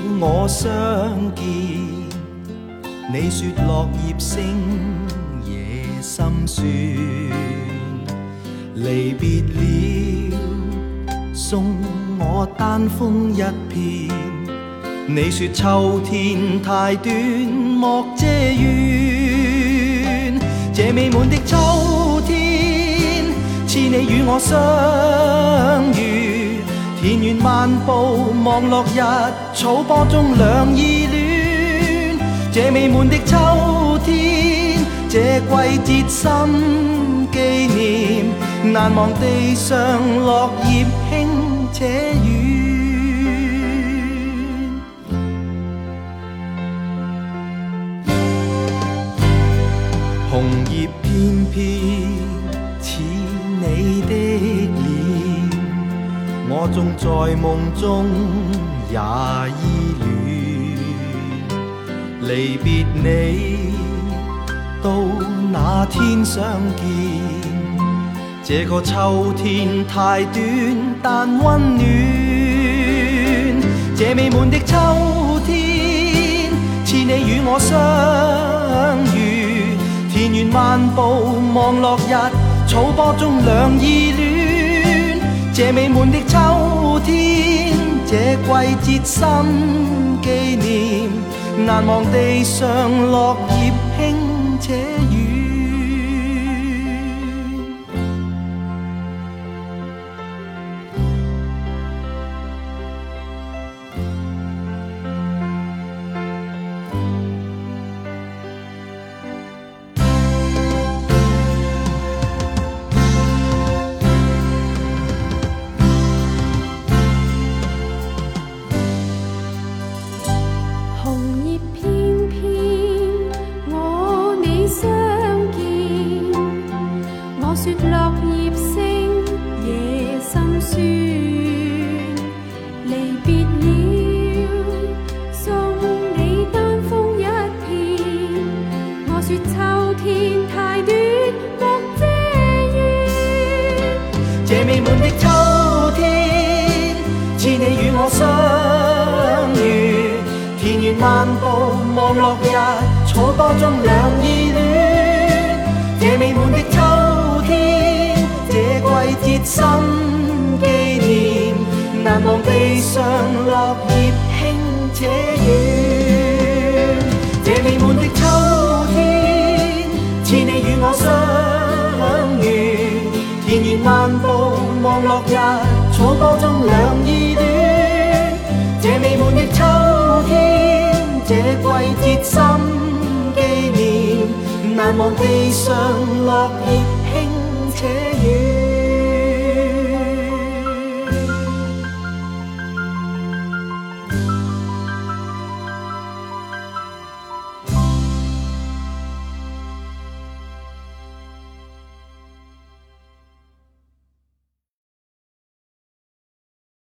我相見，你說落葉聲夜心酸，離別了送我單風一片，你說秋天太短莫遮怨，這美滿的秋天似你與我相遇，田園漫步望落日，草坡中兩意戀，這美滿的秋天，這季節心紀念，難忘地上落葉輕且遠，紅葉片片似你的臉，我縱在夢中也依戀，離別你到那天相見，這個秋天太短但溫暖，這美滿的秋天似你與我相遇，田園漫步望落日，草坡中兩意戀，這美滿的秋天，這季節心紀念，難忘地上落葉輕且遠。 說落葉聲夜心酸，離別了送你單風一片，我說秋天太短莫遮怨， 這美滿的秋天似你與我相遇，田園漫步望落日，草坡中兩意戀，這美滿的秋季節心紀念，難忘地上落葉輕且遠，這美滿的秋天似你與我相遇，田園漫步望落日，草坡中兩意戀，這美滿的秋天，這季節心紀念，難忘地上落葉